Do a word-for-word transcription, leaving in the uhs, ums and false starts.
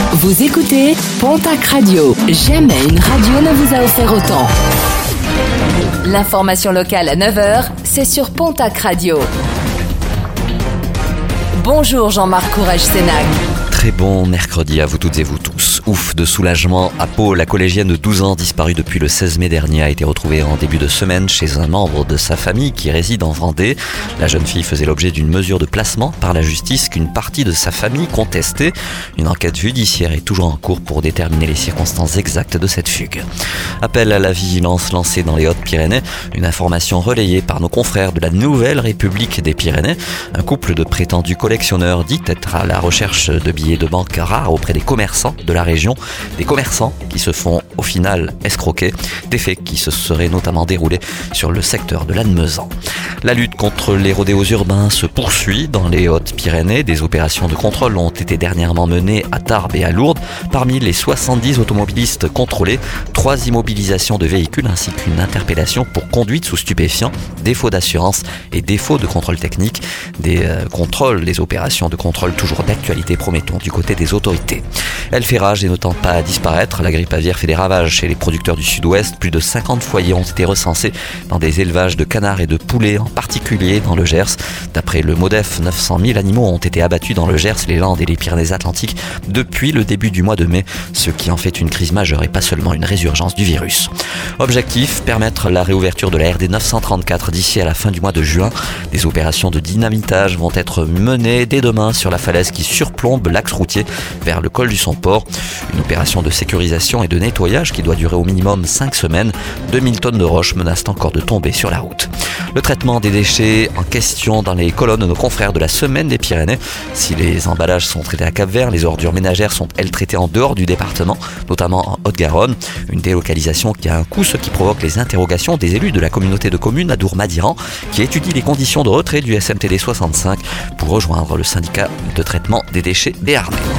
Vous écoutez Pontac Radio. Jamais une radio ne vous a offert autant. L'information locale à neuf heures, c'est sur Pontac Radio. Bonjour Jean-Marc Courage-Sénac. Très bon mercredi à vous toutes et vous tous. Ouf de soulagement à Pau, la collégienne de douze ans disparue depuis le seize mai dernier a été retrouvée en début de semaine chez un membre de sa famille qui réside en Vendée. La jeune fille faisait l'objet d'une mesure de placement par la justice qu'une partie de sa famille contestait. Une enquête judiciaire est toujours en cours pour déterminer les circonstances exactes de cette fugue. Appel à la vigilance lancé dans les Hautes-Pyrénées, une information relayée par nos confrères de la Nouvelle République des Pyrénées. Un couple de prétendus collectionneurs dit être à la recherche de billets de banque rares auprès des commerçants de la région, des commerçants qui se font au final escroquer, des faits qui se seraient notamment déroulés sur le secteur de Lannemezan. La lutte contre les rodéos urbains se poursuit dans les Hautes-Pyrénées. Des opérations de contrôle ont été dernièrement menées à Tarbes et à Lourdes. Parmi les soixante-dix automobilistes contrôlés, trois immobilisations de véhicules ainsi qu'une interpellation pour conduite sous stupéfiants, défaut d'assurance et défaut de contrôle technique. Des euh, contrôles, des opérations de contrôle toujours d'actualité, promettons, du côté des autorités. Elle fait rage et ne tente pas à disparaître. La grippe aviaire fait des ravages chez les producteurs du sud-ouest. Plus de cinquante foyers ont été recensés dans des élevages de canards et de poulets, en particulier dans le Gers. D'après le MODEF, neuf cent mille animaux ont été abattus dans le Gers, les Landes et les Pyrénées-Atlantiques depuis le début du mois de mai, ce qui en fait une crise majeure et pas seulement une résurgence du virus. Objectif, permettre la réouverture de la R D neuf cent trente-quatre d'ici à la fin du mois de juin. Des opérations de dynamitage vont être menées dès demain sur la falaise qui surplombe l'axe routier vers le col du Somport. Une opération de sécurisation et de nettoyage qui doit durer au minimum cinq semaines. deux mille tonnes de roches menacent encore de tomber sur la route. Le traitement des déchets en question dans les colonnes de nos confrères de la Semaine des Pyrénées. Si les emballages sont traités à Cap-Vert, les ordures ménagères sont elles traitées en dehors du département, notamment en Haute-Garonne. Une délocalisation qui a un coût, ce qui provoque les interrogations des élus de la communauté de communes Adour-Madiran qui étudie les conditions de retrait du S M T D soixante-cinq pour rejoindre le syndicat de traitement des déchets béarnais.